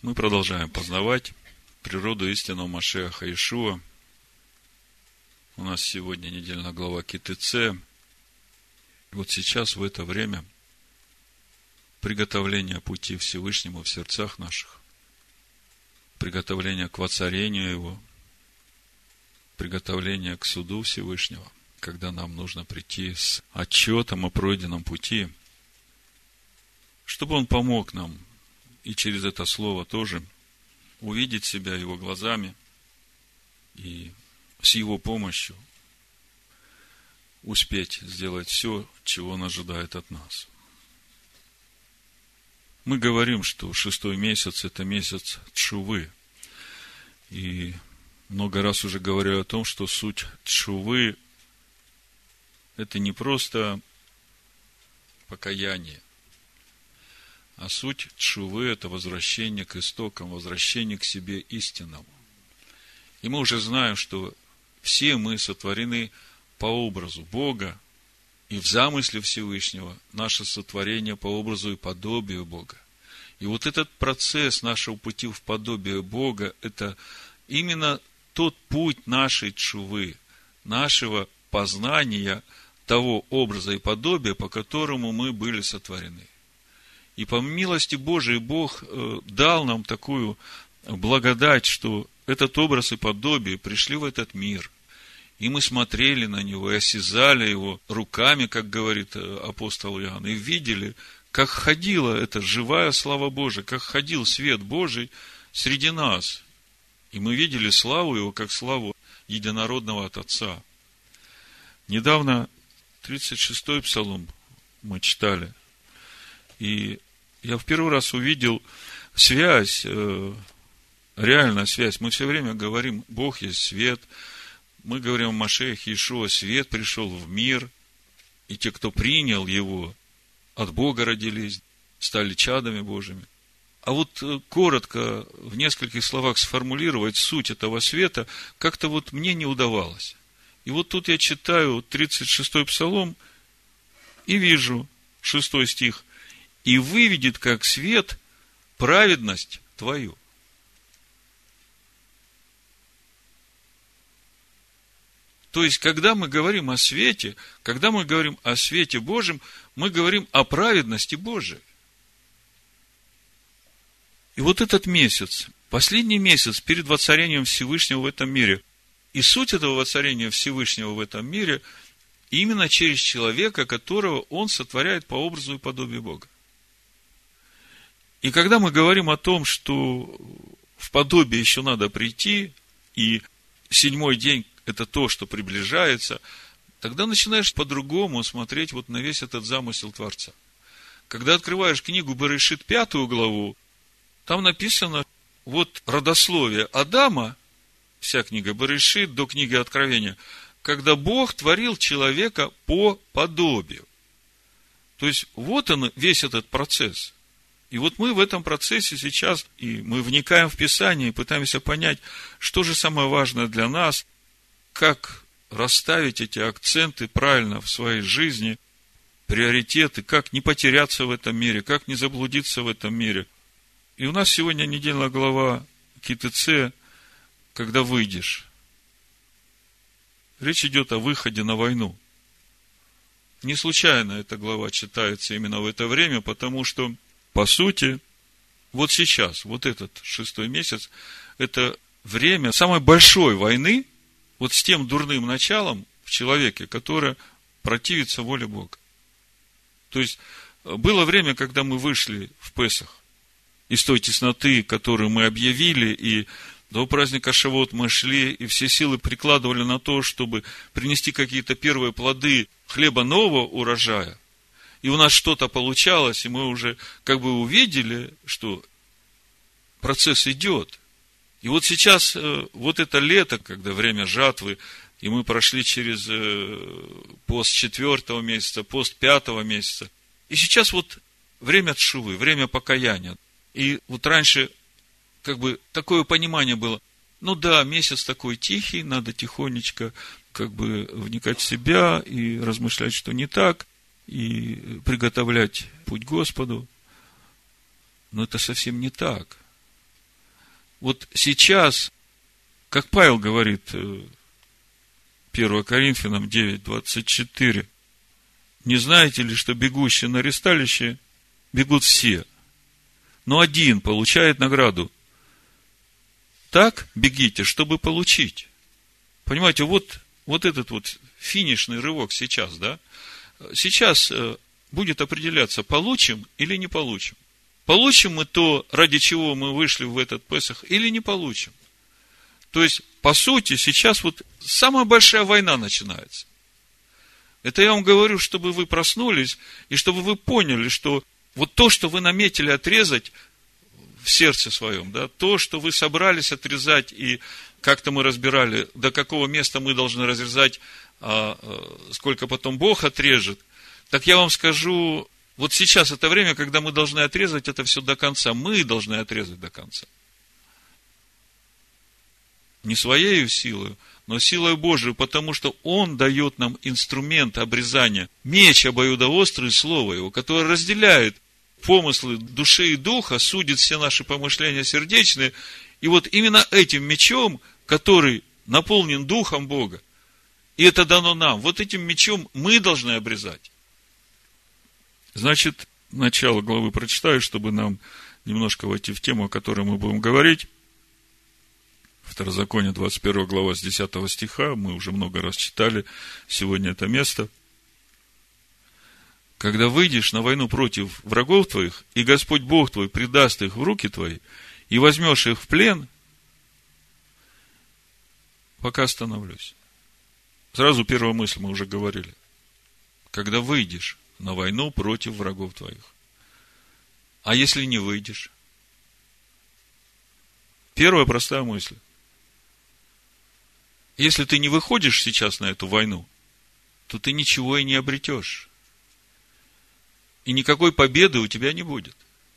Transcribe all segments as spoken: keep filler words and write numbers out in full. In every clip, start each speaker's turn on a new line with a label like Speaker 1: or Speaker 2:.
Speaker 1: Мы продолжаем познавать природу истинного Машиаха Иешуа. У нас сегодня недельная глава Ки Тэ Цэ. Вот сейчас, в это время, приготовление пути Всевышнему в сердцах наших, приготовление к воцарению Его, приготовление к суду Всевышнего, когда нам нужно прийти с отчетом о пройденном пути, чтобы Он помог нам и через это слово тоже увидеть себя Его глазами и с Его помощью успеть сделать все, чего Он ожидает от нас. Мы говорим, что шестой месяц – это месяц тшувы. И много раз уже говорю о том, что суть тшувы – это не просто покаяние, а суть тшувы – это возвращение к истокам, возвращение к себе истинному. И мы уже знаем, что все мы сотворены по образу Бога, и в замысле Всевышнего наше сотворение по образу и подобию Бога. И вот этот процесс нашего пути в подобие Бога – это именно тот путь нашей тшувы, нашего познания того образа и подобия, по которому мы были сотворены. И по милости Божией Бог дал нам такую благодать, что этот образ и подобие пришли в этот мир. И мы смотрели на него и осязали его руками, как говорит апостол Иоанн, и видели, как ходила эта живая слава Божия, как ходил свет Божий среди нас. И мы видели славу его, как славу единородного от Отца. Недавно тридцать шестой псалом мы читали. И я в первый раз увидел связь, реальная связь. Мы все время говорим, Бог есть свет. Мы говорим о Машиахе Иешуа, свет пришел в мир. И те, кто принял его, от Бога родились, стали чадами Божьими. А вот коротко, в нескольких словах сформулировать суть этого света, как-то вот мне не удавалось. И вот тут я читаю тридцать шестой псалом и вижу шестой стих. И выведет, как свет, праведность твою. То есть, когда мы говорим о свете, когда мы говорим о свете Божьем, мы говорим о праведности Божией. И вот этот месяц, последний месяц перед воцарением Всевышнего в этом мире, и суть этого воцарения Всевышнего в этом мире именно через человека, которого Он сотворяет по образу и подобию Бога. И когда мы говорим о том, что в подобие еще надо прийти, и седьмой день – это то, что приближается, тогда начинаешь по-другому смотреть вот на весь этот замысел Творца. Когда открываешь книгу Берешит, пятую главу, там написано, вот родословие Адама, вся книга Берешит до книги Откровения, когда Бог творил человека по подобию. То есть, вот он, весь этот процесс. И вот мы в этом процессе сейчас, и мы вникаем в Писание, и пытаемся понять, что же самое важное для нас, как расставить эти акценты правильно в своей жизни, приоритеты, как не потеряться в этом мире, как не заблудиться в этом мире. И у нас сегодня недельная глава Ки Тэ Цэ, когда выйдешь. Речь идет о выходе на войну. Не случайно эта глава читается именно в это время, потому что по сути, вот сейчас, вот этот шестой месяц, это время самой большой войны, вот с тем дурным началом в человеке, которое противится воле Бога. То есть, было время, когда мы вышли в Песах из той тесноты, которую мы объявили, и до праздника Шавуот мы шли, и все силы прикладывали на то, чтобы принести какие-то первые плоды хлеба нового урожая. И у нас что-то получалось, и мы уже как бы увидели, что процесс идет. И вот сейчас, вот это лето, когда время жатвы, и мы прошли через пост четвертого месяца, пост пятого месяца. И сейчас вот время тшувы, время покаяния. И вот раньше как бы такое понимание было, ну да, месяц такой тихий, надо тихонечко как бы вникать в себя и размышлять, что не так, и приготовлять путь Господу. Но это совсем не так. Вот сейчас, как Павел говорит, первое Коринфянам девять двадцать четыре, не знаете ли, что бегущие на ристалище бегут все, но один получает награду. Так бегите, чтобы получить. Понимаете, вот, вот этот вот финишный рывок сейчас, да? Сейчас будет определяться, получим или не получим. Получим мы то, ради чего мы вышли в этот Песах, или не получим. То есть, по сути, сейчас вот самая большая война начинается. Это я вам говорю, чтобы вы проснулись, и чтобы вы поняли, что вот то, что вы наметили отрезать в сердце своем, да, то, что вы собрались отрезать, и как-то мы разбирали, до какого места мы должны разрезать, а, а, сколько потом Бог отрежет, так я вам скажу, вот сейчас это время, когда мы должны отрезать это все до конца. Мы должны отрезать до конца. Не своей силой, но силой Божией, потому что Он дает нам инструмент обрезания. Меч обоюдоострый, слово Его, который разделяет помыслы души и духа, судит все наши помышления сердечные. И вот именно этим мечом, который наполнен Духом Бога, и это дано нам, вот этим мечом мы должны обрезать. Значит, начало главы прочитаю, чтобы нам немножко войти в тему, о которой мы будем говорить. Второзаконие, двадцать первая глава, с десятого стиха, мы уже много раз читали сегодня это место. Когда выйдешь на войну против врагов твоих, и Господь Бог твой предаст их в руки твои, и возьмешь их в плен, пока остановлюсь. Сразу первая мысль мы уже говорили. Когда выйдешь на войну против врагов твоих. А если не выйдешь? Первая простая мысль. Если ты не выходишь сейчас на эту войну, то ты ничего и не обретешь. И никакой победы у тебя не будет.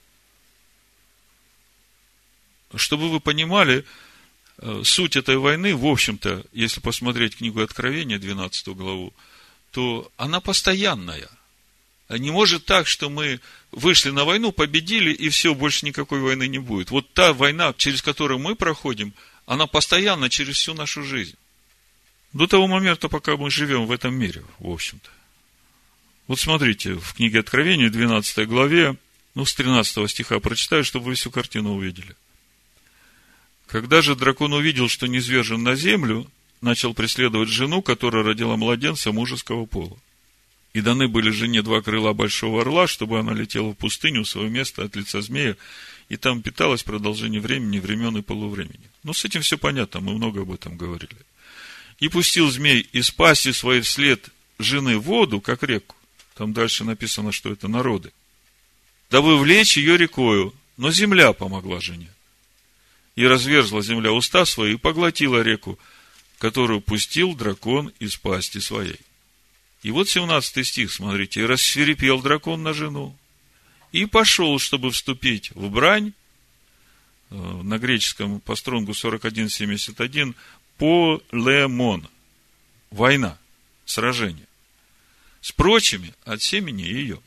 Speaker 1: Чтобы вы понимали, суть этой войны, в общем-то, если посмотреть книгу Откровения, двенадцатую главу, то она постоянная. Не может так, что мы вышли на войну, победили, и все, больше никакой войны не будет. Вот та война, через которую мы проходим, она постоянно через всю нашу жизнь. До того момента, пока мы живем в этом мире, в общем-то. Вот смотрите, в книге Откровения, двенадцатой главе, ну, с тринадцатого стиха прочитаю, чтобы вы всю картину увидели. Когда же дракон увидел, что низвержен на землю, начал преследовать жену, которая родила младенца мужеского пола. И даны были жене два крыла большого орла, чтобы она летела в пустыню, в свое место от лица змея, и там питалась продолжение времени, времен и полувремени. Ну, с этим все понятно, мы много об этом говорили. И пустил змей из пасти своей вслед жены в воду, как реку. Там дальше написано, что это народы. Дабы влечь ее рекою, но земля помогла жене. И разверзла земля уста свои и поглотила реку, которую пустил дракон из пасти своей. И вот семнадцатый стих, смотрите. И рассвирепел дракон на жену, и пошел, чтобы вступить в брань, на греческом по стронгу сорок один семьдесят один, полемон, война, сражение, с прочими от семени ее,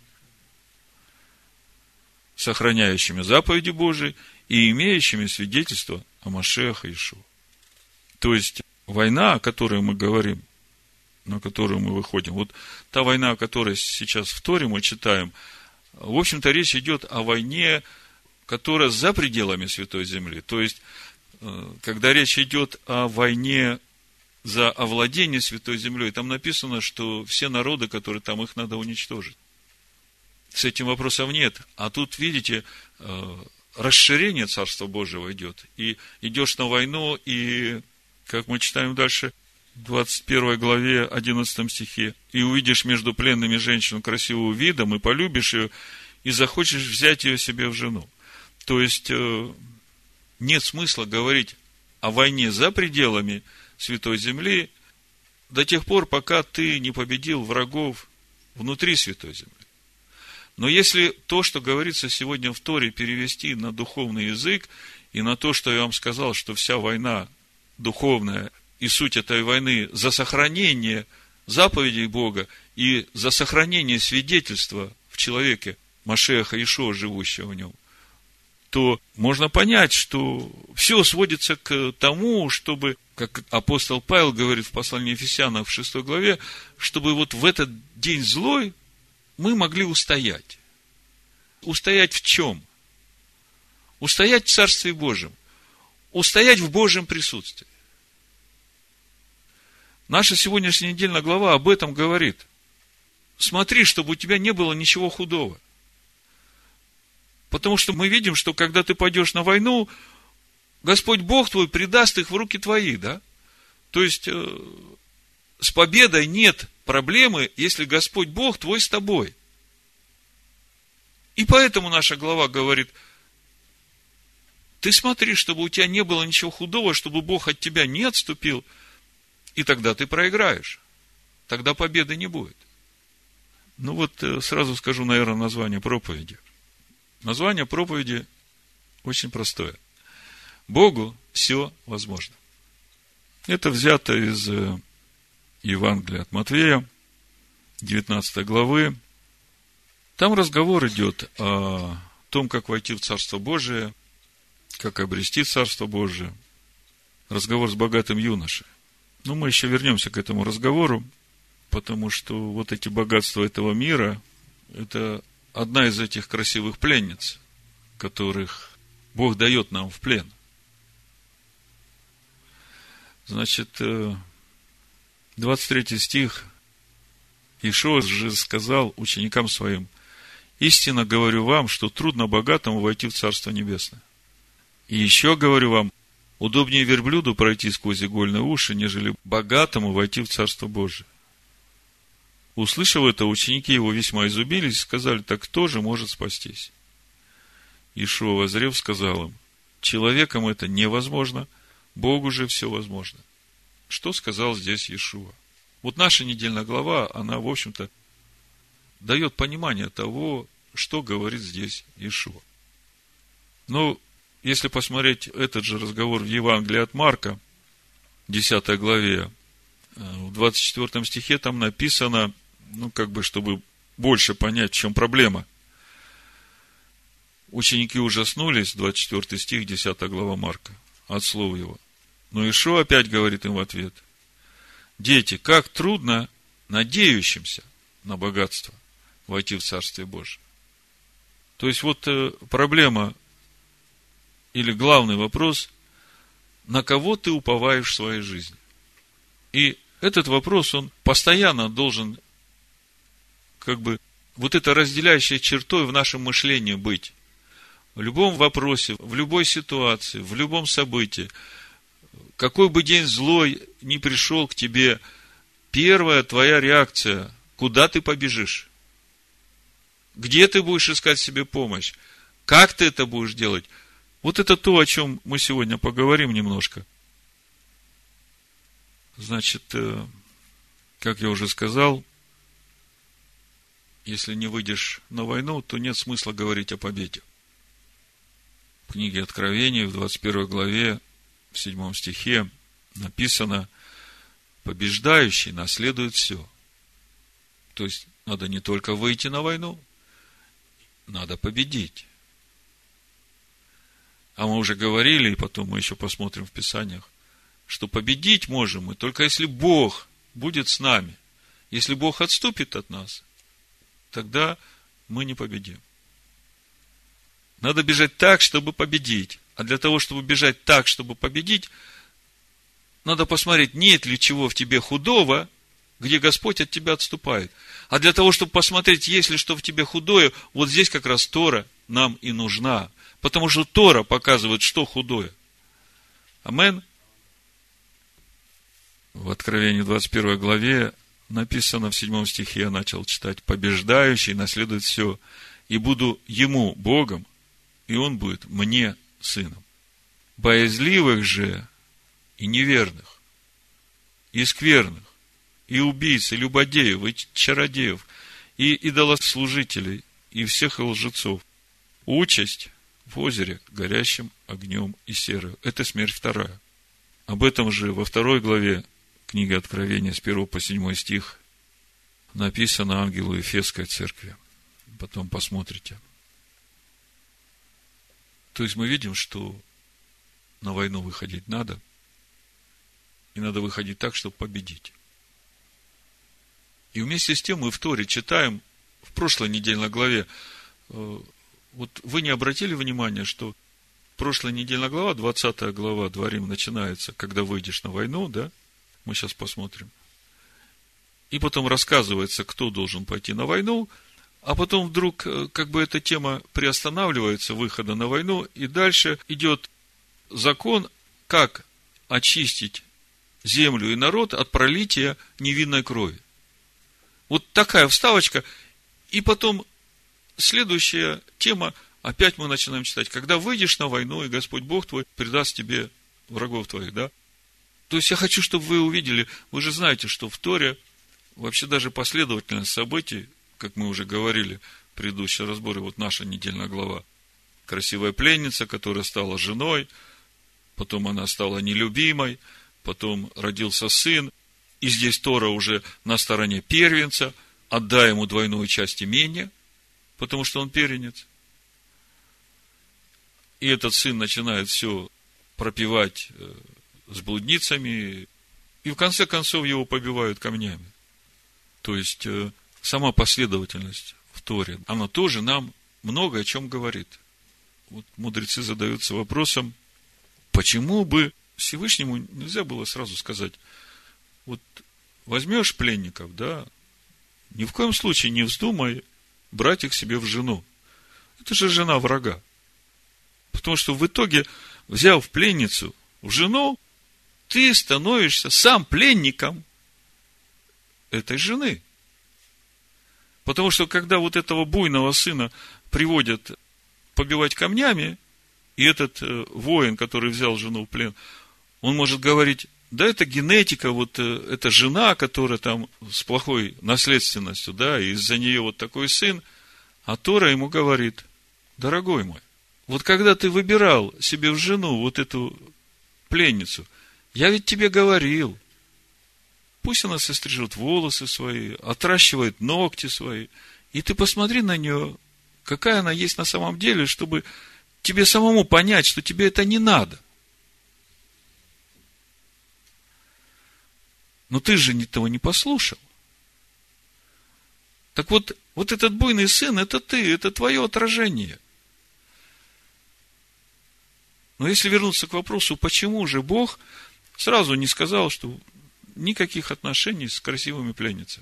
Speaker 1: сохраняющими заповеди Божии и имеющими свидетельство о Машиахе Иешуа. То есть, война, о которой мы говорим, на которую мы выходим, вот та война, о которой сейчас в Торе мы читаем, в общем-то, речь идет о войне, которая за пределами Святой Земли. То есть, когда речь идет о войне за овладение Святой Землей, там написано, что все народы, которые там, их надо уничтожить. С этим вопросов нет. А тут, видите, расширение Царства Божьего идет. И идешь на войну, и, как мы читаем дальше, в двадцать первой главе, одиннадцатом стихе, и увидишь между пленными женщину красивого видом, и полюбишь ее, и захочешь взять ее себе в жену. То есть, нет смысла говорить о войне за пределами Святой Земли до тех пор, пока ты не победил врагов внутри Святой Земли. Но если то, что говорится сегодня в Торе, перевести на духовный язык, и на то, что я вам сказал, что вся война духовная, и суть этой войны за сохранение заповедей Бога и за сохранение свидетельства в человеке Машиаха Иешуа, живущего в нем, то можно понять, что все сводится к тому, чтобы, как апостол Павел говорит в послании Ефесянам в шестой главе, чтобы вот в этот день злой мы могли устоять. Устоять в чем? Устоять в Царстве Божьем. Устоять в Божьем присутствии. Наша сегодняшняя недельная глава об этом говорит. Смотри, чтобы у тебя не было ничего худого. Потому что мы видим, что когда ты пойдешь на войну, Господь Бог твой предаст их в руки твои, да? То есть, э, с победой нет проблемы, если Господь Бог твой с тобой. И поэтому наша глава говорит, ты смотри, чтобы у тебя не было ничего худого, чтобы Бог от тебя не отступил, и тогда ты проиграешь. Тогда победы не будет. Ну вот, сразу скажу, наверное, название проповеди. Название проповеди очень простое. Богу все возможно. Это взято из Евангелия от Матфея, девятнадцатой главы. Там разговор идет о том, как войти в Царство Божие, как обрести Царство Божие. Разговор с богатым юношей. Но мы еще вернемся к этому разговору, потому что вот эти богатства этого мира, это одна из этих красивых пленниц, которых Бог дает нам в плен. Значит, двадцать третий стих. Иешуа же сказал ученикам своим: истинно говорю вам, что трудно богатому войти в Царство Небесное. И еще говорю вам, удобнее верблюду пройти сквозь игольные уши, нежели богатому войти в Царство Божие. Услышав это, ученики его весьма изумились и сказали: так кто же может спастись? Иешуа, воззрев, сказал им: человеком это невозможно, Богу же все возможно. Что сказал здесь Иешуа? Вот наша недельная глава, она, в общем-то, дает понимание того, что говорит здесь Иешуа. Но, если посмотреть этот же разговор в Евангелии от Марка, десятой главе, в двадцать четвёртом стихе там написано, ну, как бы, чтобы больше понять, в чем проблема. Ученики ужаснулись, двадцать четвёртый стих, десятая глава Марка, от слова его. Но Иешуа опять говорит им в ответ: дети, как трудно надеющимся на богатство войти в Царствие Божие. То есть, вот проблема или главный вопрос: на кого ты уповаешь в своей жизни? И этот вопрос, он постоянно должен, как бы, вот это разделяющей чертой в нашем мышлении быть. В любом вопросе, в любой ситуации, в любом событии, какой бы день злой ни пришел к тебе, первая твоя реакция: куда ты побежишь? Где ты будешь искать себе помощь? Как ты это будешь делать? Вот это то, о чем мы сегодня поговорим немножко. Значит, как я уже сказал, если не выйдешь на войну, то нет смысла говорить о победе. В книге Откровения, в двадцать первой главе, в седьмом стихе написано: побеждающий наследует все. То есть, надо не только выйти на войну, надо победить. А мы уже говорили, и потом мы еще посмотрим в Писаниях, что победить можем мы только если Бог будет с нами. Если Бог отступит от нас, тогда мы не победим. Надо бежать так, чтобы победить. А для того, чтобы бежать так, чтобы победить, надо посмотреть, нет ли чего в тебе худого, где Господь от тебя отступает. А для того, чтобы посмотреть, есть ли что в тебе худое, вот здесь как раз Тора нам и нужна. Потому что Тора показывает, что худое. Амен. В Откровении двадцать первой главе написано в седьмом стихе, я начал читать: побеждающий наследует все, и буду ему Богом, и он будет мне сыном. Боязливых же и неверных, и скверных, и убийц, и любодеев, и чародеев, и идолослужителей, и всех лжецов участь в озере, горящим огнем и серою. Это смерть вторая. Об этом же во второй главе книги Откровения с первого по седьмой стих написано ангелу Ефесской церкви. Потом посмотрите. То есть мы видим, что на войну выходить надо, и надо выходить так, чтобы победить. И вместе с тем мы в Торе читаем, в прошлой недельной главе, вот вы не обратили внимания, что прошлая недельная глава, двадцатая глава Дворим начинается, когда выйдешь на войну, да? Мы сейчас посмотрим. И потом рассказывается, кто должен пойти на войну, а потом вдруг, как бы эта тема приостанавливается, выхода на войну, и дальше идет закон, как очистить землю и народ от пролития невинной крови. Вот такая вставочка, и потом следующая тема, опять мы начинаем читать, когда выйдешь на войну, и Господь Бог твой предаст тебе врагов твоих, да? То есть я хочу, чтобы вы увидели, вы же знаете, что в Торе вообще даже последовательность событий, как мы уже говорили в предыдущем разборе, вот наша недельная глава, красивая пленница, которая стала женой, потом она стала нелюбимой, потом родился сын, и здесь Тора уже на стороне первенца, отдай ему двойную часть имения, потому что он первенец. И этот сын начинает все пропивать с блудницами, и в конце концов его побивают камнями. То есть, сама последовательность в Торе, она тоже нам много о чем говорит. Вот мудрецы задаются вопросом, почему бы Всевышнему нельзя было сразу сказать, вот возьмешь пленников, да, ни в коем случае не вздумай брать их себе в жену. Это же жена врага. Потому что в итоге, взяв пленницу в жену, ты становишься сам пленником этой жены. Потому что, когда вот этого буйного сына приводят побивать камнями, и этот воин, который взял жену в плен, он может говорить, да, это генетика, вот эта жена, которая там с плохой наследственностью, да, и из-за нее вот такой сын, а Тора ему говорит, дорогой мой, вот когда ты выбирал себе в жену вот эту пленницу, я ведь тебе говорил, пусть она сострижет волосы свои, отращивает ногти свои, и ты посмотри на нее, какая она есть на самом деле, чтобы тебе самому понять, что тебе это не надо. Но ты же этого не послушал. Так вот, вот этот буйный сын, это ты, это твое отражение. Но если вернуться к вопросу, почему же Бог сразу не сказал, что никаких отношений с красивыми пленницами?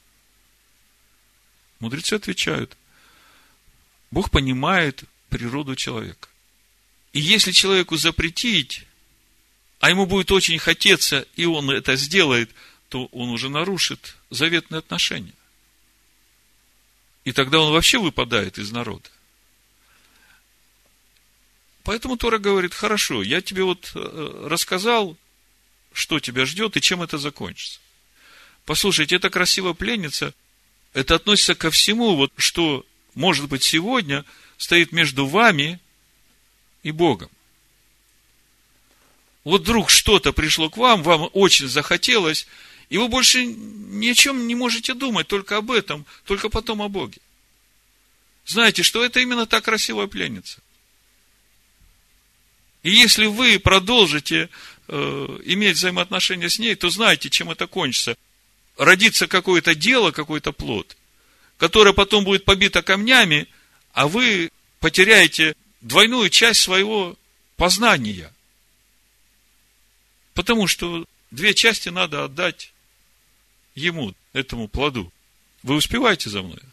Speaker 1: Мудрецы отвечают, Бог понимает природу человека. И если человеку запретить, а ему будет очень хотеться, и он это сделает, то он уже нарушит заветные отношения. И тогда он вообще выпадает из народа. Поэтому Тора говорит, хорошо, я тебе вот рассказал, что тебя ждет и чем это закончится. Послушайте, эта красивая пленница, это относится ко всему, вот, что, может быть, сегодня стоит между вами и Богом. Вот вдруг что-то пришло к вам, вам очень захотелось, и вы больше ни о чем не можете думать, только об этом, только потом о Боге. Знаете, что это именно та красивая пленница. И если вы продолжите э, иметь взаимоотношения с ней, то знаете, чем это кончится. Родится какое-то дело, какой-то плод, которое потом будет побито камнями, а вы потеряете двойную часть своего познания. Потому что две части надо отдать ему, этому плоду. Вы успеваете за мной?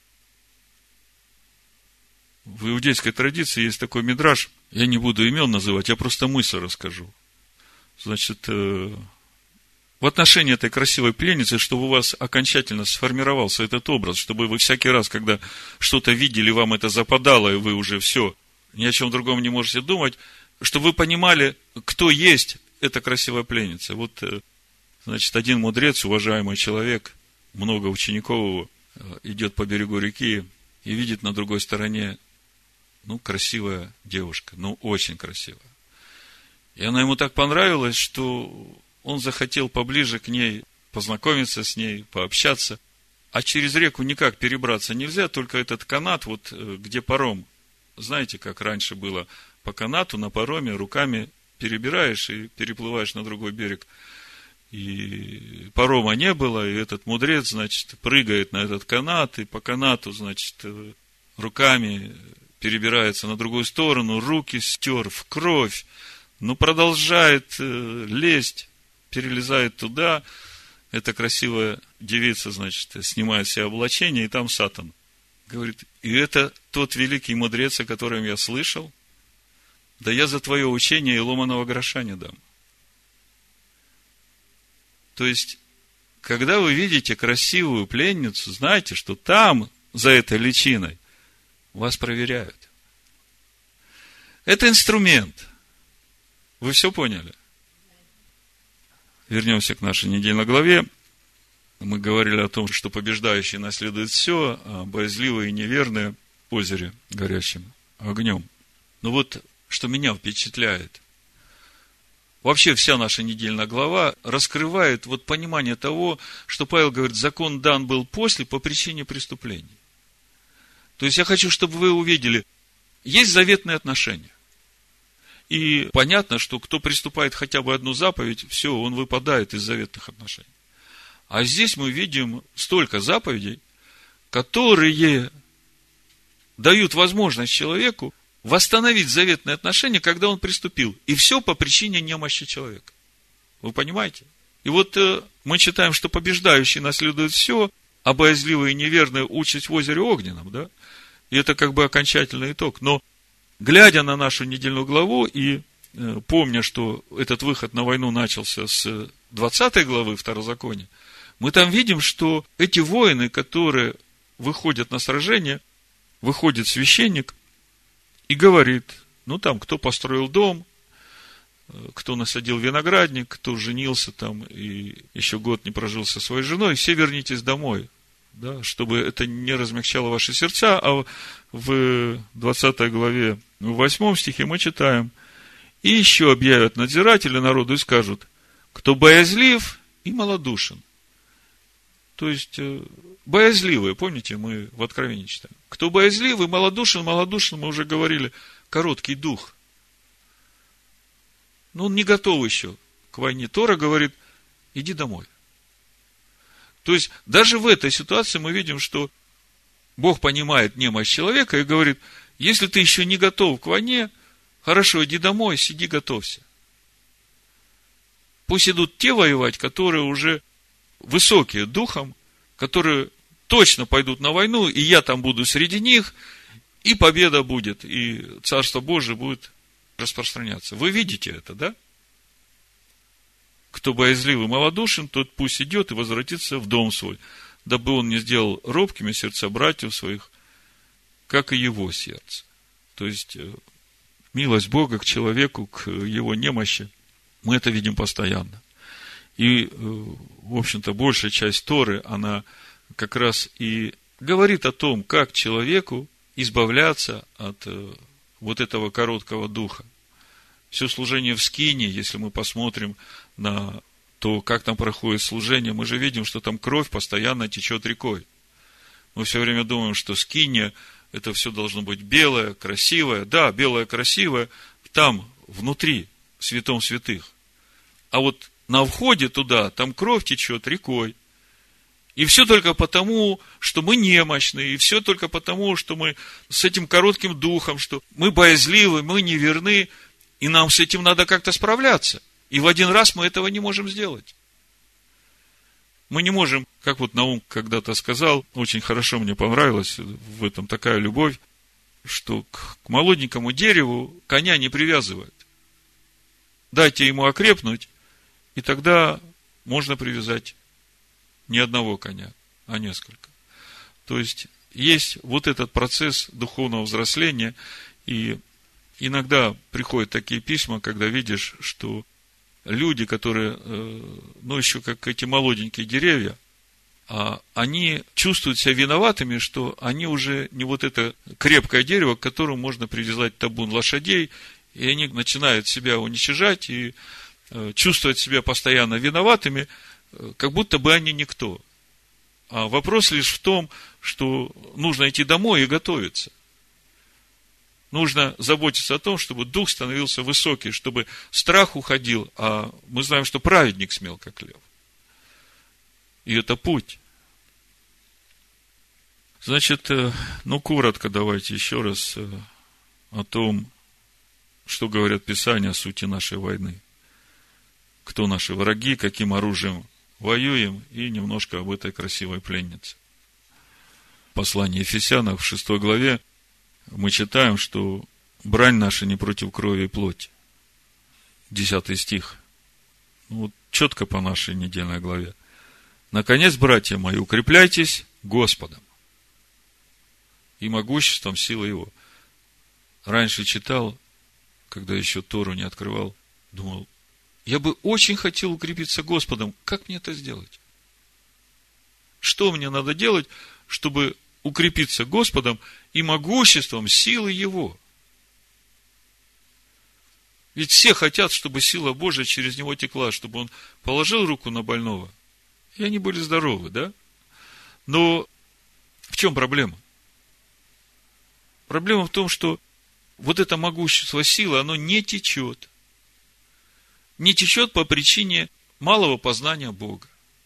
Speaker 1: В иудейской традиции есть такой мидраш, я не буду имен называть, я просто мысль расскажу. Значит, в отношении этой красивой пленницы, чтобы у вас окончательно сформировался этот образ, чтобы вы всякий раз, когда что-то видели, вам это западало, и вы уже все, ни о чем другом не можете думать, чтобы вы понимали, кто есть эта красивая пленница. Вот, значит, один мудрец, уважаемый человек, много учеников его, идет по берегу реки и видит на другой стороне, ну, красивая девушка, ну, очень красивая. И она ему так понравилась, что он захотел поближе к ней познакомиться с ней, пообщаться. А через реку никак перебраться нельзя, только этот канат, вот где паром знаете, как раньше было по канату на пароме, руками перебираешь и переплываешь на другой берег. И парома не было, и этот мудрец, значит, прыгает на этот канат, и по канату, значит, руками перебирается на другую сторону, руки стер в кровь, но продолжает лезть, перелезает туда. Эта красивая девица, значит, снимает себе облачение, и там Сатан. Говорит, и это тот великий мудрец, о котором я слышал? Да я за твое учение и ломаного гроша не дам. То есть, когда вы видите красивую пленницу, знайте, что там, за этой личиной, вас проверяют. Это инструмент. Вы все поняли? Вернемся к нашей недельной главе. Мы говорили о том, что побеждающие наследуют все, а боязливые и неверные в озере горящим огнем. Но вот, что меня впечатляет, вообще вся наша недельная глава раскрывает вот понимание того, что Павел говорит, закон дан был после по причине преступлений. То есть я хочу, чтобы вы увидели, есть заветные отношения. И понятно, что кто приступает хотя бы одну заповедь, все, он выпадает из заветных отношений. А здесь мы видим столько заповедей, которые дают возможность человеку восстановить заветные отношения, когда он приступил. И все по причине немощи человека. Вы понимаете? И вот э, мы читаем, что побеждающий наследует все, а боязливые и неверные участь в озере огненном, да? И это как бы окончательный итог. Но, глядя на нашу недельную главу и э, помня, что этот выход на войну начался с двадцатой главы Второзакония, мы там видим, что эти воины, которые выходят на сражение, выходит священник, и говорит, ну там, кто построил дом, кто насадил виноградник, кто женился там и еще год не прожил со своей женой, все вернитесь домой, да, чтобы это не размягчало ваши сердца. А в двадцатой главе, в восьмом стихе мы читаем, и еще объявят надзиратели народу и скажут, кто боязлив и малодушен. То есть, боязливые, помните, мы в Откровении читаем. Кто боязливый, малодушен, малодушен, мы уже говорили, короткий дух. Но он не готов еще к войне. Тора говорит, иди домой. То есть, даже в этой ситуации мы видим, что Бог понимает немощь человека и говорит, если ты еще не готов к войне, хорошо, иди домой, сиди, готовься. Пусть идут те воевать, которые уже высокие духом, которые точно пойдут на войну, и я там буду среди них, и победа будет, и Царство Божие будет распространяться. Вы видите это, да? Кто боязливый и малодушен, тот пусть идет и возвратится в дом свой, дабы он не сделал робкими сердца братьев своих, как и его сердце. То есть, милость Бога к человеку, к его немощи, мы это видим постоянно. И, в общем-то, большая часть Торы, она как раз и говорит о том, как человеку избавляться от вот этого короткого духа. Все служение в скинии, если мы посмотрим на то, как там проходит служение, мы же видим, что там кровь постоянно течет рекой. Мы все время думаем, что скиния, это все должно быть белое, красивое. Да, белое, красивое, там, внутри, в святом святых. А вот на входе туда, там кровь течет рекой. И все только потому, что мы немощны, и все только потому, что мы с этим коротким духом, что мы боязливы, мы неверны, и нам с этим надо как-то справляться. И в один раз мы этого не можем сделать. Мы не можем, как вот Наум когда-то сказал, очень хорошо мне понравилось в этом такая любовь, что к молоденькому дереву коня не привязывают. Дайте ему окрепнуть, и тогда можно привязать не одного коня, а несколько. То есть, есть вот этот процесс духовного взросления, и иногда приходят такие письма, когда видишь, что люди, которые, ну, еще как эти молоденькие деревья, они чувствуют себя виноватыми, что они уже не вот это крепкое дерево, к которому можно привязать табун лошадей, и они начинают себя уничижать и чувствовать себя постоянно виноватыми, как будто бы они никто. А вопрос лишь в том, что нужно идти домой и готовиться. нужно заботиться о том, чтобы дух становился высокий, чтобы страх уходил, а мы знаем, что праведник смел, как лев. И это путь. Значит, ну, коротко давайте еще раз о том, что говорят Писания о сути нашей войны. Кто наши враги, каким оружием воюем, и немножко об этой красивой пленнице. В послании Ефесянам в шестой главе мы читаем, что брань наша не против крови и плоти. Десятый стих. Ну, вот четко по нашей недельной главе. Наконец, братья мои, укрепляйтесь Господом и могуществом силы Его. Раньше читал, когда еще Тору не открывал, думал, я бы очень хотел укрепиться Господом. Как мне это сделать? Что мне надо делать, чтобы укрепиться Господом и могуществом силы Его? Ведь все хотят, чтобы сила Божия через него текла, чтобы он положил руку на больного, и они были здоровы, да? Но в чем проблема? Проблема в том, что вот это могущество силы, оно не течет. Не течет по причине малого познания Бога.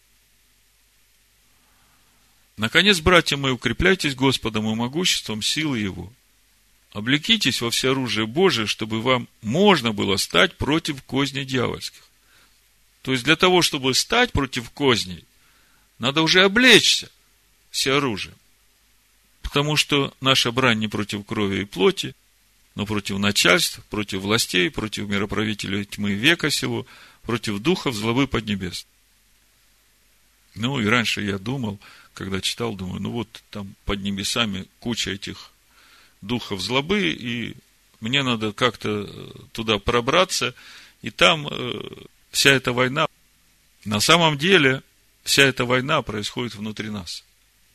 Speaker 1: Наконец, братья мои, укрепляйтесь Господом и могуществом силы Его. Облекитесь во всеоружие Божие, чтобы вам можно было стать против козней дьявольских. То есть, для того, чтобы стать против козней, надо уже облечься всеоружием. Потому что наша брань не против крови и плоти, но против начальств, против властей, против мироправителей тьмы века сего, против духов злобы поднебесной. Ну, и раньше я думал, когда читал, думаю, ну вот там под небесами куча этих духов злобы, и мне надо как-то туда пробраться, и там э, вся эта война, на самом деле, вся эта война происходит внутри нас.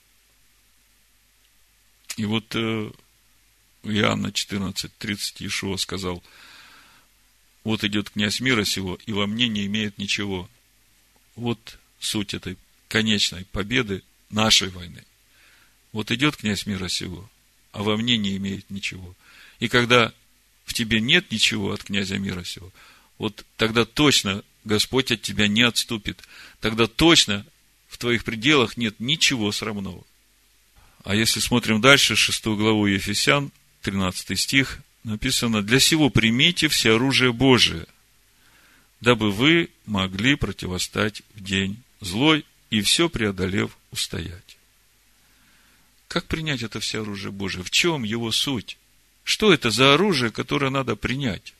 Speaker 1: И вот э, Иоанна четырнадцать тридцать Иешуа сказал, вот идет князь мира сего, и во мне не имеет ничего. Вот суть этой конечной победы нашей войны. Вот идет князь мира сего, а во мне не имеет ничего. И когда в тебе нет ничего от князя мира сего, вот тогда точно Господь от тебя не отступит. Тогда точно в твоих пределах нет ничего срамного. А если смотрим дальше, шестую главу Ефесян, тринадцатый стих, написано, для сего примите все оружие Божие, дабы вы могли противостать в день злой и все преодолев устоять. Как принять это все оружие Божие? В чем его суть? Что это за оружие, которое надо принять?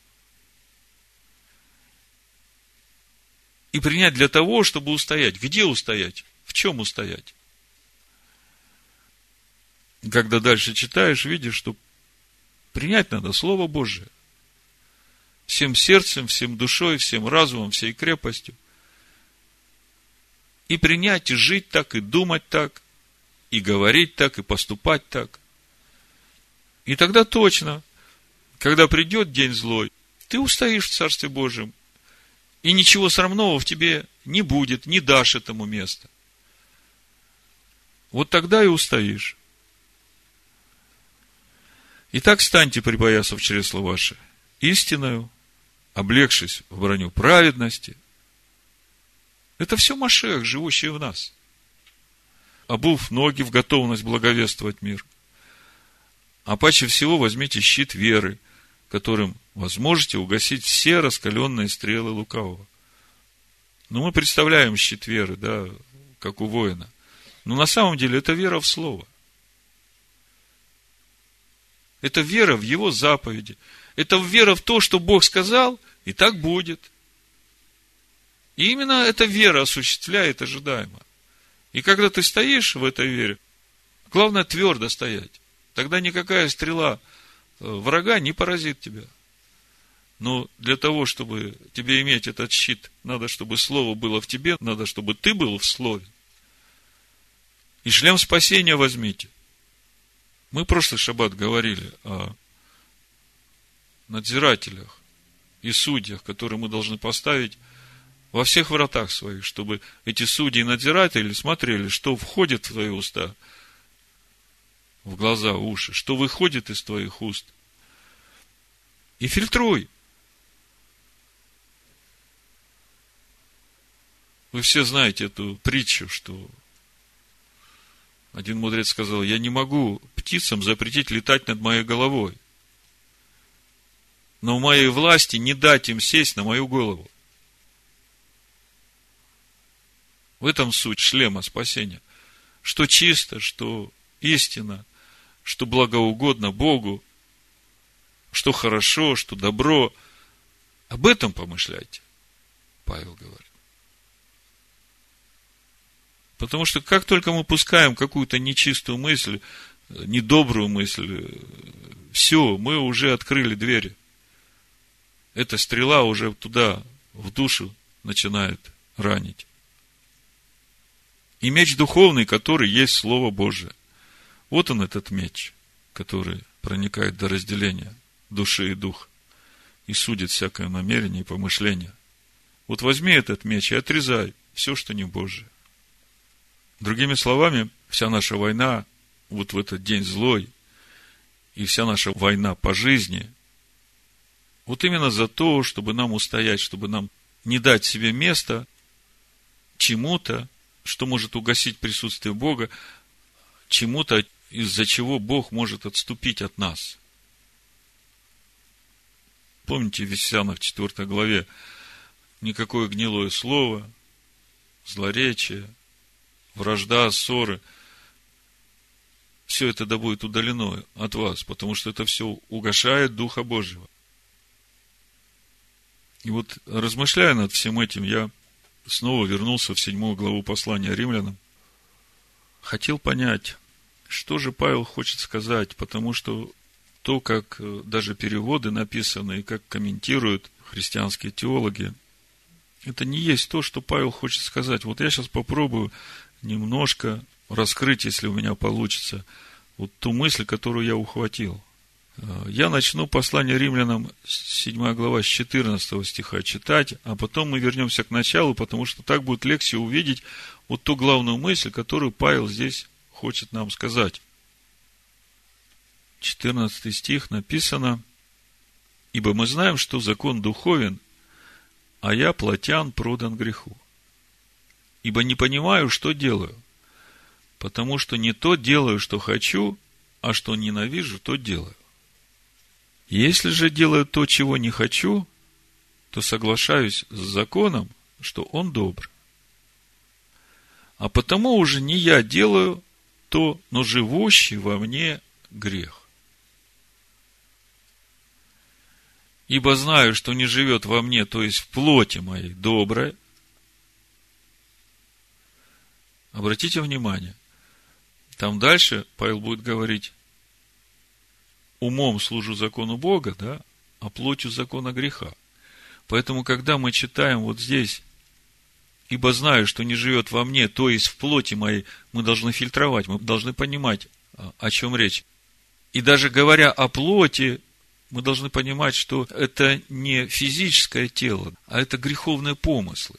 Speaker 1: И принять для того, чтобы устоять. Где устоять? В чем устоять? Когда дальше читаешь, видишь, что принять надо Слово Божие. Всем сердцем, всем душой, всем разумом, всей крепостью. И принять, и жить так, и думать так, и говорить так, и поступать так. И тогда точно, когда придет день злой, ты устоишь в Царстве Божьем, и ничего срамного в тебе не будет, не дашь этому места. Вот тогда и устоишь. Итак, станьте, припоясав чресла ваши, истиною, облегшись в броню праведности. Это все Машиах, живущий в нас. Обув ноги в готовность благовествовать мир. А паче всего возьмите щит веры, которым вы сможете угасить все раскаленные стрелы лукавого. Ну, мы представляем щит веры, да, как у воина. Но на самом деле это вера в Слово. Это вера в Его заповеди. Это вера в то, что Бог сказал, и так будет. И именно эта вера осуществляет ожидаемое. И когда ты стоишь в этой вере, главное твердо стоять. Тогда никакая стрела врага не поразит тебя. Но для того, чтобы тебе иметь этот щит, надо, чтобы Слово было в тебе, надо, чтобы ты был в Слове. И шлем спасения возьмите. Мы в прошлый шаббат говорили о надзирателях и судьях, которые мы должны поставить во всех вратах своих, чтобы эти судьи и надзиратели смотрели, что входит в твои уста, в глаза, уши, что выходит из твоих уст, и фильтруй. Вы все знаете эту притчу, что один мудрец сказал: я не могу птицам запретить летать над моей головой, но в моей власти не дать им сесть на мою голову. В этом суть шлема спасения. Что чисто, что истинно, что благоугодно Богу, что хорошо, что добро. Об этом помышляйте, Павел говорит. Потому что как только мы пускаем какую-то нечистую мысль, недобрую мысль, все, мы уже открыли двери. Эта стрела уже туда, в душу, начинает ранить. И меч духовный, который есть Слово Божие. Вот он, этот меч, который проникает до разделения души и духа и судит всякое намерение и помышление. Вот возьми этот меч и отрезай все, что не Божие. Другими словами, вся наша война вот в этот день злой и вся наша война по жизни вот именно за то, чтобы нам устоять, чтобы нам не дать себе места чему-то, что может угасить присутствие Бога, чему-то, из-за чего Бог может отступить от нас. Помните, в Ефесянах четвёртой главе: никакое гнилое слово, злоречие, вражда, ссоры, все это да будет удалено от вас, потому что это все угашает Духа Божьего. И вот, размышляя над всем этим, я снова вернулся в седьмую главу послания Римлянам. Хотел понять, что же Павел хочет сказать, потому что то, как даже переводы написаны и как комментируют христианские теологи, это не есть то, что Павел хочет сказать. Вот я сейчас попробую немножко раскрыть, если у меня получится, вот ту мысль, которую я ухватил. Я начну послание Римлянам, седьмая глава, с четырнадцатого стиха читать, а потом мы вернемся к началу, потому что так будет легче увидеть вот ту главную мысль, которую Павел здесь хочет нам сказать. четырнадцатый стих написано: «Ибо мы знаем, что закон духовен, а я плотян продан греху. Ибо не понимаю, что делаю, потому что не то делаю, что хочу, а что ненавижу, то делаю. Если же делаю то, чего не хочу, то соглашаюсь с законом, что он добр. А потому уже не я делаю то, но живущий во мне грех. Ибо знаю, что не живет во мне, то есть в плоти моей, доброе». Обратите внимание, там дальше Павел будет говорить: умом служу закону Бога, да, а плотью закона греха. Поэтому, когда мы читаем вот здесь: ибо знаю, что не живет во мне, то есть в плоти моей, мы должны фильтровать, мы должны понимать, о чем речь. И даже говоря о плоти, мы должны понимать, что это не физическое тело, а это греховные помыслы.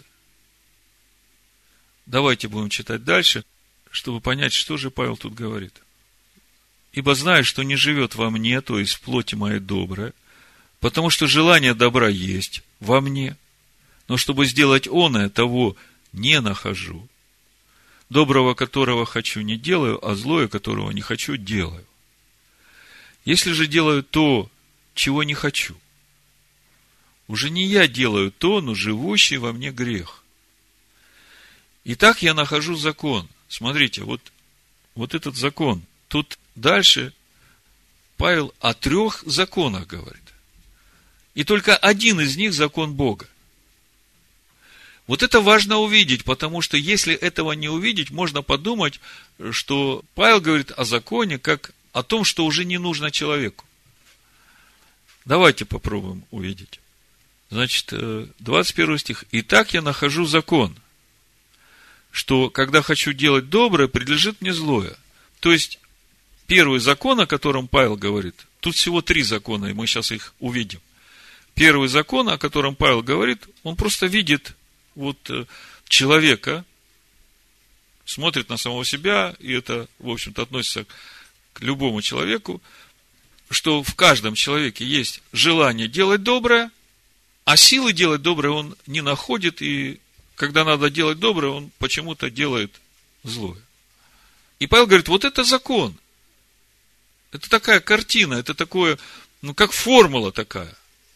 Speaker 1: Давайте будем читать дальше, чтобы понять, что же Павел тут говорит. «Ибо знаю, что не живет во мне, то есть в плоти моей доброе, потому что желание добра есть во мне, но чтобы сделать оное, того не нахожу. Доброго, которого хочу, не делаю, а злое, которого не хочу, делаю. Если же делаю то, чего не хочу, уже не я делаю то, но живущий во мне грех. Итак, я нахожу закон». Смотрите, вот, вот этот закон. Тут дальше Павел о трех законах говорит. И только один из них закон Бога. Вот это важно увидеть, потому что если этого не увидеть, можно подумать, что Павел говорит о законе как о том, что уже не нужно человеку. Давайте попробуем увидеть. Значит, двадцать первый стих. «Итак, я нахожу закон, что, когда хочу делать доброе, предлежит мне злое». То есть, первый закон, о котором Павел говорит, тут всего три закона, и мы сейчас их увидим. Первый закон, о котором Павел говорит, он просто видит вот человека, смотрит на самого себя, и это, в общем-то, относится к любому человеку, что в каждом человеке есть желание делать доброе, а силы делать доброе он не находит, и когда надо делать доброе, он почему-то делает злое. И Павел говорит, вот это закон. Это такая картина, это такое, ну, как формула такая.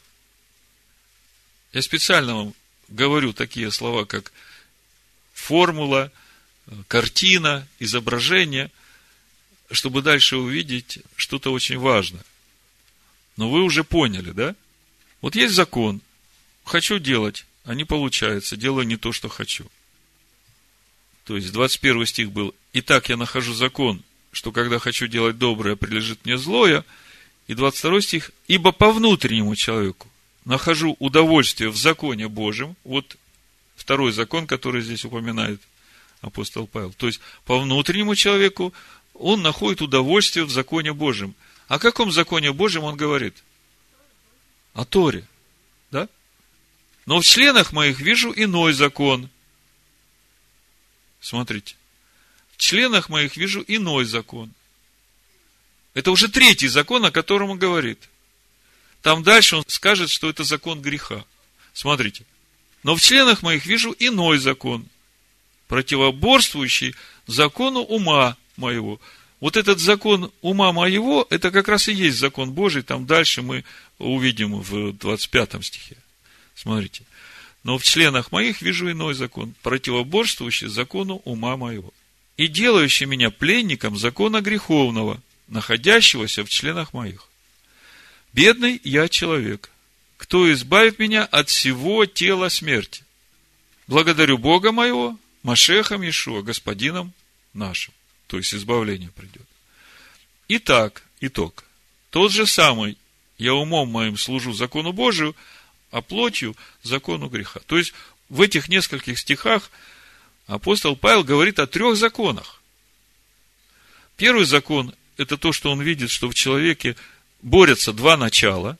Speaker 1: Я специально вам говорю такие слова, как формула, картина, изображение, чтобы дальше увидеть что-то очень важное. Но вы уже поняли, да? Вот есть закон. Хочу делать, а не получается. Делаю не то, что хочу. То есть двадцать первый стих был: «Итак, я нахожу закон, что когда хочу делать доброе, прилежит мне злое». И двадцать второй стих: «Ибо по внутреннему человеку нахожу удовольствие в законе Божьем». Вот второй закон, который здесь упоминает апостол Павел. То есть по внутреннему человеку он находит удовольствие в законе Божьем. О каком законе Божьем он говорит? О Торе. Да? Но в членах моих вижу иной закон. Смотрите. В членах моих вижу иной закон. Это уже третий закон, о котором он говорит. Там дальше он скажет, что это закон греха. Смотрите. Но в членах моих вижу иной закон, противоборствующий закону ума моего. Вот этот закон ума моего, это как раз и есть закон Божий. Там дальше мы увидим в двадцать пятом стихе. Смотрите. Но в членах моих вижу иной закон, противоборствующий закону ума моего, и делающий меня пленником закона греховного, находящегося в членах моих. Бедный я человек. Кто избавит меня от всего тела смерти? Благодарю Бога моего, Машехом Иешуа, Господином нашим. То есть избавление придет. Итак, итог. Тот же самый, я умом моим служу закону Божию, а плотью закону греха. То есть в этих нескольких стихах апостол Павел говорит о трех законах. Первый закон – это то, что он видит, что в человеке борются два начала.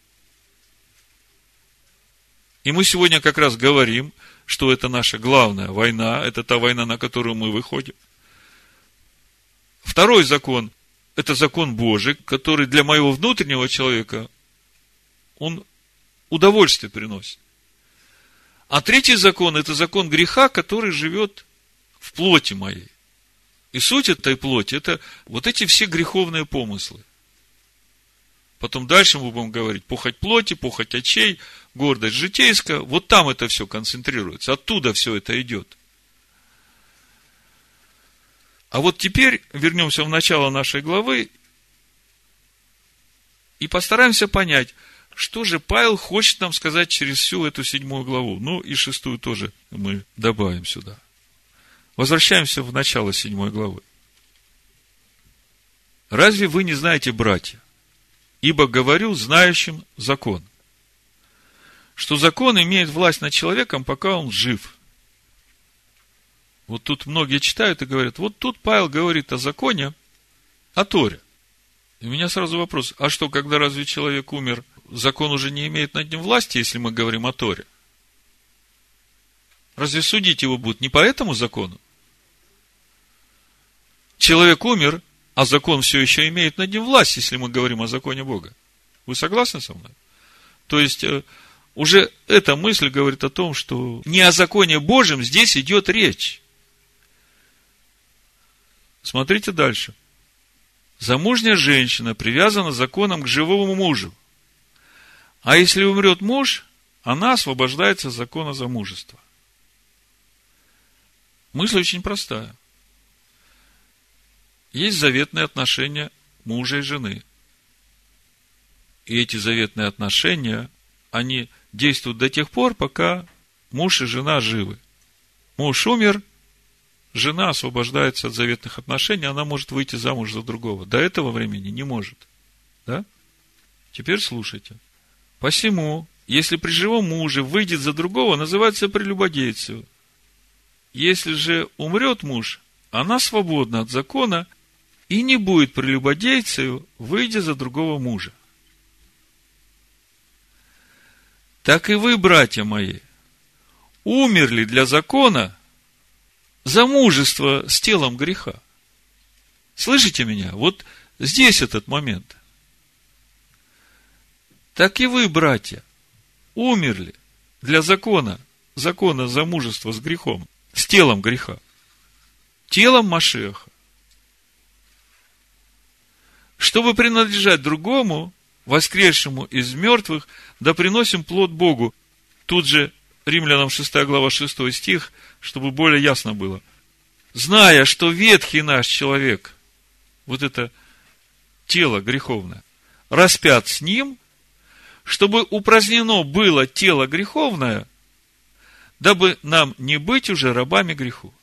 Speaker 1: И мы сегодня как раз говорим, что это наша главная война, это та война, на которую мы выходим. Второй закон – это закон Божий, который для моего внутреннего человека, он удовольствие приносит. А третий закон – это закон греха, который живет в плоти моей. И суть этой плоти – это вот эти все греховные помыслы. Потом дальше мы будем говорить: похоть плоти, похоть очей, гордость житейская. Вот там это все концентрируется. Оттуда все это идет. А вот теперь вернемся в начало нашей главы и постараемся понять, что же Павел хочет нам сказать через всю эту седьмую главу. Ну и шестую тоже мы добавим сюда. Возвращаемся в начало седьмой главы. Разве вы не знаете, братья, ибо говорю знающим закон, что закон имеет власть над человеком, пока он жив. Вот тут многие читают и говорят: вот тут Павел говорит о законе, о Торе. И у меня сразу вопрос: а что, когда разве человек умер, закон уже не имеет над ним власти, если мы говорим о Торе? Разве судить его будут не по этому закону? Человек умер, а закон все еще имеет над ним власть, если мы говорим о законе Бога. Вы согласны со мной? То есть, уже эта мысль говорит о том, что не о законе Божьем здесь идет речь. Смотрите дальше. Замужняя женщина привязана законом к живому мужу. А если умрет муж, она освобождается от закона замужества. Мысль очень простая. Есть заветные отношения мужа и жены. И эти заветные отношения, они действуют до тех пор, пока муж и жена живы. Муж умер, жена освобождается от заветных отношений, она может выйти замуж за другого. До этого времени не может. Да? Теперь слушайте. Посему, если при живом муже выйдет за другого, называется прелюбодейцем. Если же умрет муж, она свободна от закона и не будет прелюбодейцею, выйдя за другого мужа. Так и вы, братья мои, умерли для закона замужества с телом греха. Слышите меня? Вот здесь этот момент. Так и вы, братья, умерли для закона, закона замужества с грехом, с телом греха, телом Машиаха, чтобы принадлежать другому, воскресшему из мертвых, да приносим плод Богу. Тут же Римлянам шестая глава шестой стих, чтобы более ясно было. Зная, что ветхий наш человек, вот это тело греховное, распят с ним, чтобы упразднено было тело греховное, дабы нам не быть уже рабами греху.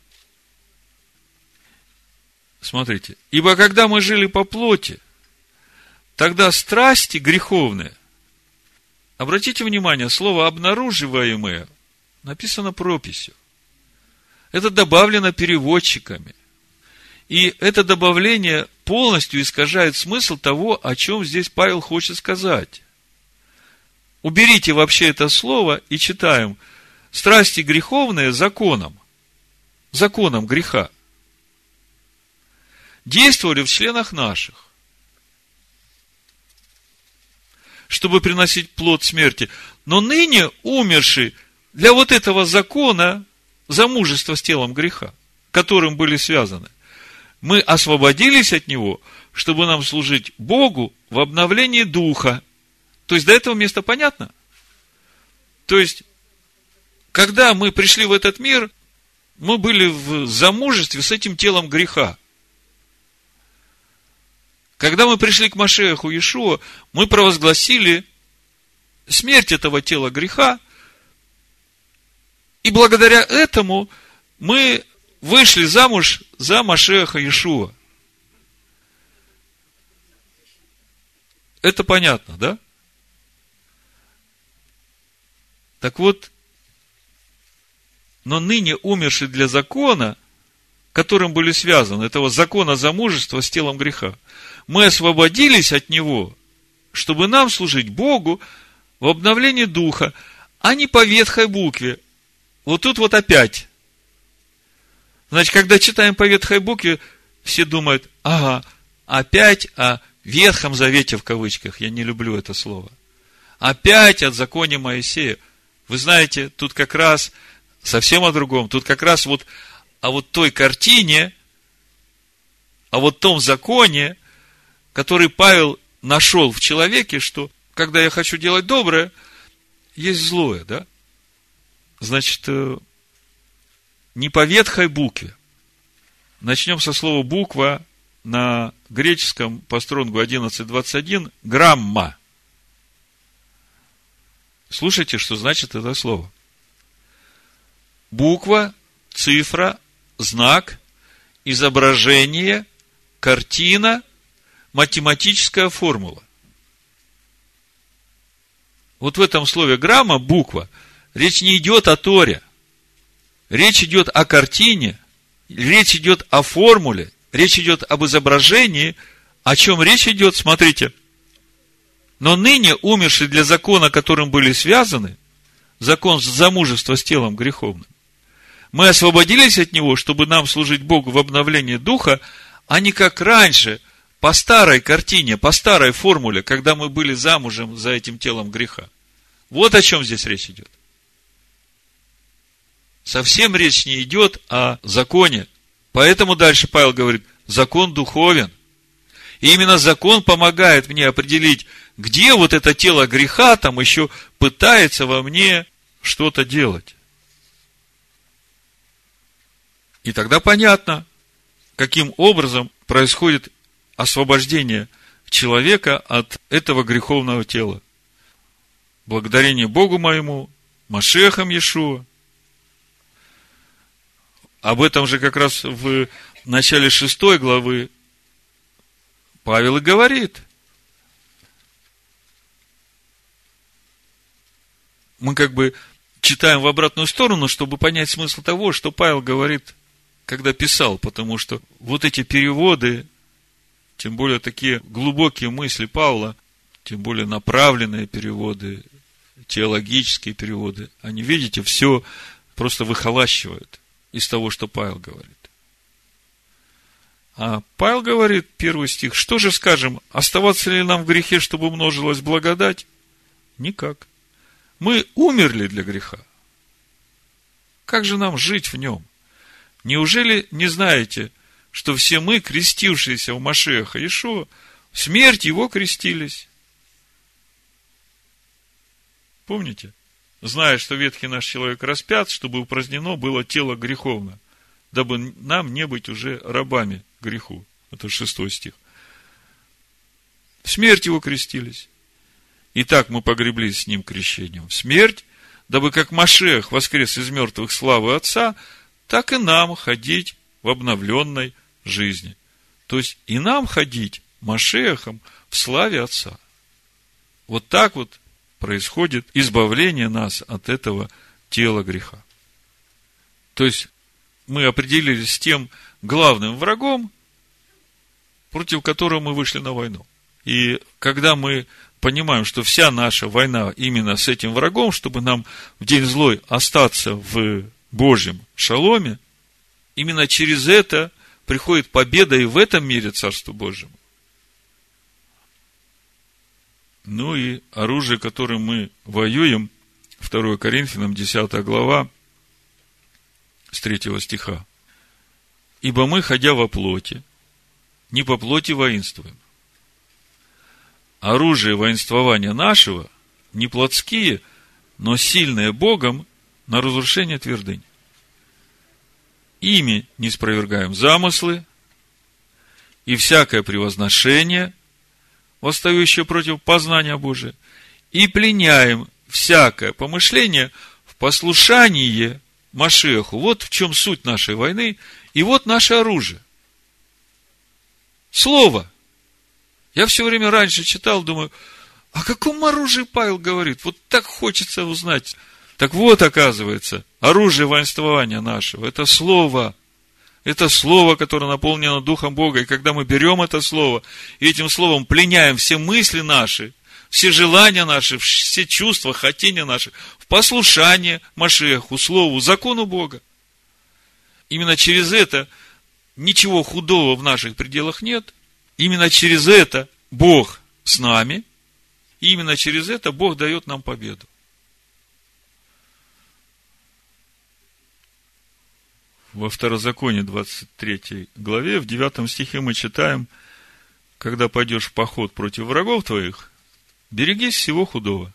Speaker 1: Смотрите, ибо когда мы жили по плоти, тогда страсти греховные, обратите внимание, слово обнаруживаемое написано прописью. Это добавлено переводчиками. И это добавление полностью искажает смысл того, о чем здесь Павел хочет сказать. Уберите вообще это слово и читаем. Страсти греховные законом, законом греха, действовали в членах наших, чтобы приносить плод смерти. Но ныне умерший для вот этого закона замужества с телом греха, которым были связаны, мы освободились от него, чтобы нам служить Богу в обновлении духа. То есть, до этого места понятно? То есть, когда мы пришли в этот мир, мы были в замужестве с этим телом греха. Когда мы пришли к Машиаху Иешуа, мы провозгласили смерть этого тела греха, и благодаря этому мы вышли замуж за Машиаха Иешуа. Это понятно, да? Так вот, но ныне умерший для закона, которым были связаны, этого закона замужества с телом греха, мы освободились от него, чтобы нам служить Богу в обновлении духа, а не по ветхой букве. Вот тут вот опять. Значит, когда читаем по ветхой букве, все думают, ага, опять о Ветхом Завете в кавычках, я не люблю это слово. Опять от законе Моисея. Вы знаете, тут как раз совсем о другом. Тут как раз вот о вот той картине, о вот том законе, который Павел нашел в человеке, что когда я хочу делать доброе, есть злое, да? Значит, не по ветхой букве. Начнем со слова буква на греческом по стронгу одиннадцать двадцать один грамма. Слушайте, что значит это слово. Буква, цифра, знак, изображение, картина, математическая формула. Вот в этом слове грамма, буква, речь не идет о Торе. Речь идет о картине, речь идет о формуле, речь идет об изображении. О чем речь идет? Смотрите. Но ныне умерший для закона, которым были связаны, закон замужества с телом греховным, мы освободились от него, чтобы нам служить Богу в обновлении духа, а не как раньше, по старой картине, по старой формуле, когда мы были замужем за этим телом греха. Вот о чем здесь речь идет. Совсем речь не идет о законе. Поэтому дальше Павел говорит, закон духовен. И именно закон помогает мне определить, где вот это тело греха там еще пытается во мне что-то делать. И тогда понятно, каким образом происходит освобождение человека от этого греховного тела. Благодарение Богу моему, Машиахом Иешуа. Об этом же как раз в начале шестой главы Павел и говорит. Мы как бы читаем в обратную сторону, чтобы понять смысл того, что Павел говорит, когда писал, потому что вот эти переводы, тем более такие глубокие мысли Павла, тем более направленные переводы, теологические переводы, они, видите, все просто выхолащивают из того, что Павел говорит. А Павел говорит, первый стих, что же скажем, оставаться ли нам в грехе, чтобы умножилась благодать? Никак. Мы умерли для греха. Как же нам жить в нем? Неужели не знаете, что все мы, крестившиеся в Машиаха Иешуа, в смерть его крестились? Помните? Зная, что ветхий наш человек распят, чтобы упразднено было тело греховно, дабы нам не быть уже рабами греху. Это шестой стих. В смерть его крестились. И так мы погреблись с ним крещением в смерть, дабы как Машиах воскрес из мертвых славы Отца, так и нам ходить в обновленной жизни. То есть и нам ходить Машиахом в славе Отца. Вот так вот происходит избавление нас от этого тела греха. То есть мы определились с тем главным врагом, против которого мы вышли на войну. И когда мы понимаем, что вся наша война именно с этим врагом, чтобы нам в день злой остаться в Божьем шаломе, именно через это приходит победа и в этом мире Царству Божьему. Ну и оружие, которым мы воюем, второе Коринфянам, десятая глава, с третьего стиха. Ибо мы, ходя во плоти, не по плоти воинствуем. Оружие воинствования нашего не плотские, но сильные Богом на разрушение твердынь. Ими не спровергаем замыслы и всякое превозношение, восстающее против познания Божия, и пленяем всякое помышление в послушании Машиаху. Вот в чем суть нашей войны, и вот наше оружие. Слово. Я все время раньше читал, думаю, о каком оружии Павел говорит? Вот так хочется узнать. Так вот, оказывается, оружие воинствования нашего – это слово. Это слово, которое наполнено Духом Бога. И когда мы берем это слово, и этим словом пленяем все мысли наши, все желания наши, все чувства, хотения наши, в послушание Машиаху, Слову, закону Бога. Именно через это ничего худого в наших пределах нет. Именно через это Бог с нами. И именно через это Бог дает нам победу. Во Второзаконии, двадцать третьей главе, в девятом стихе мы читаем: когда пойдешь в поход против врагов твоих, берегись всего худого.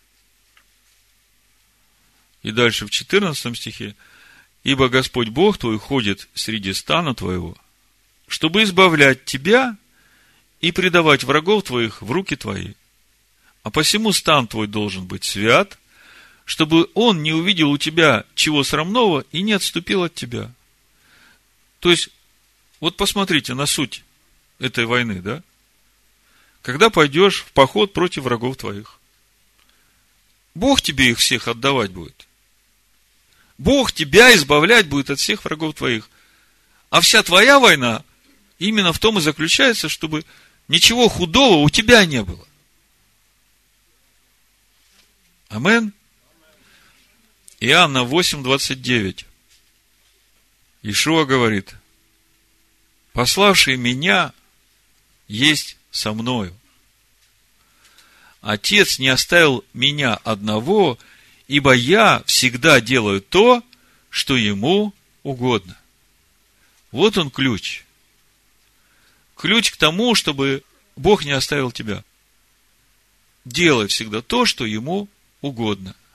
Speaker 1: И дальше в четырнадцатом стихе: ибо Господь Бог твой ходит среди стана твоего, чтобы избавлять тебя и предавать врагов твоих в руки твои. А посему стан твой должен быть свят, чтобы он не увидел у тебя чего срамного и не отступил от тебя. То есть, вот посмотрите на суть этой войны, да? Когда пойдешь в поход против врагов твоих, Бог тебе их всех отдавать будет. Бог тебя избавлять будет от всех врагов твоих. А вся твоя война именно в том и заключается, чтобы ничего худого у тебя не было. Амен. Иоанна восемь, двадцать девять. Иешуа говорит: пославший меня есть со мною. Отец не оставил меня одного, ибо я всегда делаю то, что ему угодно. Вот он ключ. Ключ к тому, чтобы Бог не оставил тебя. Делай всегда то, что ему угодно.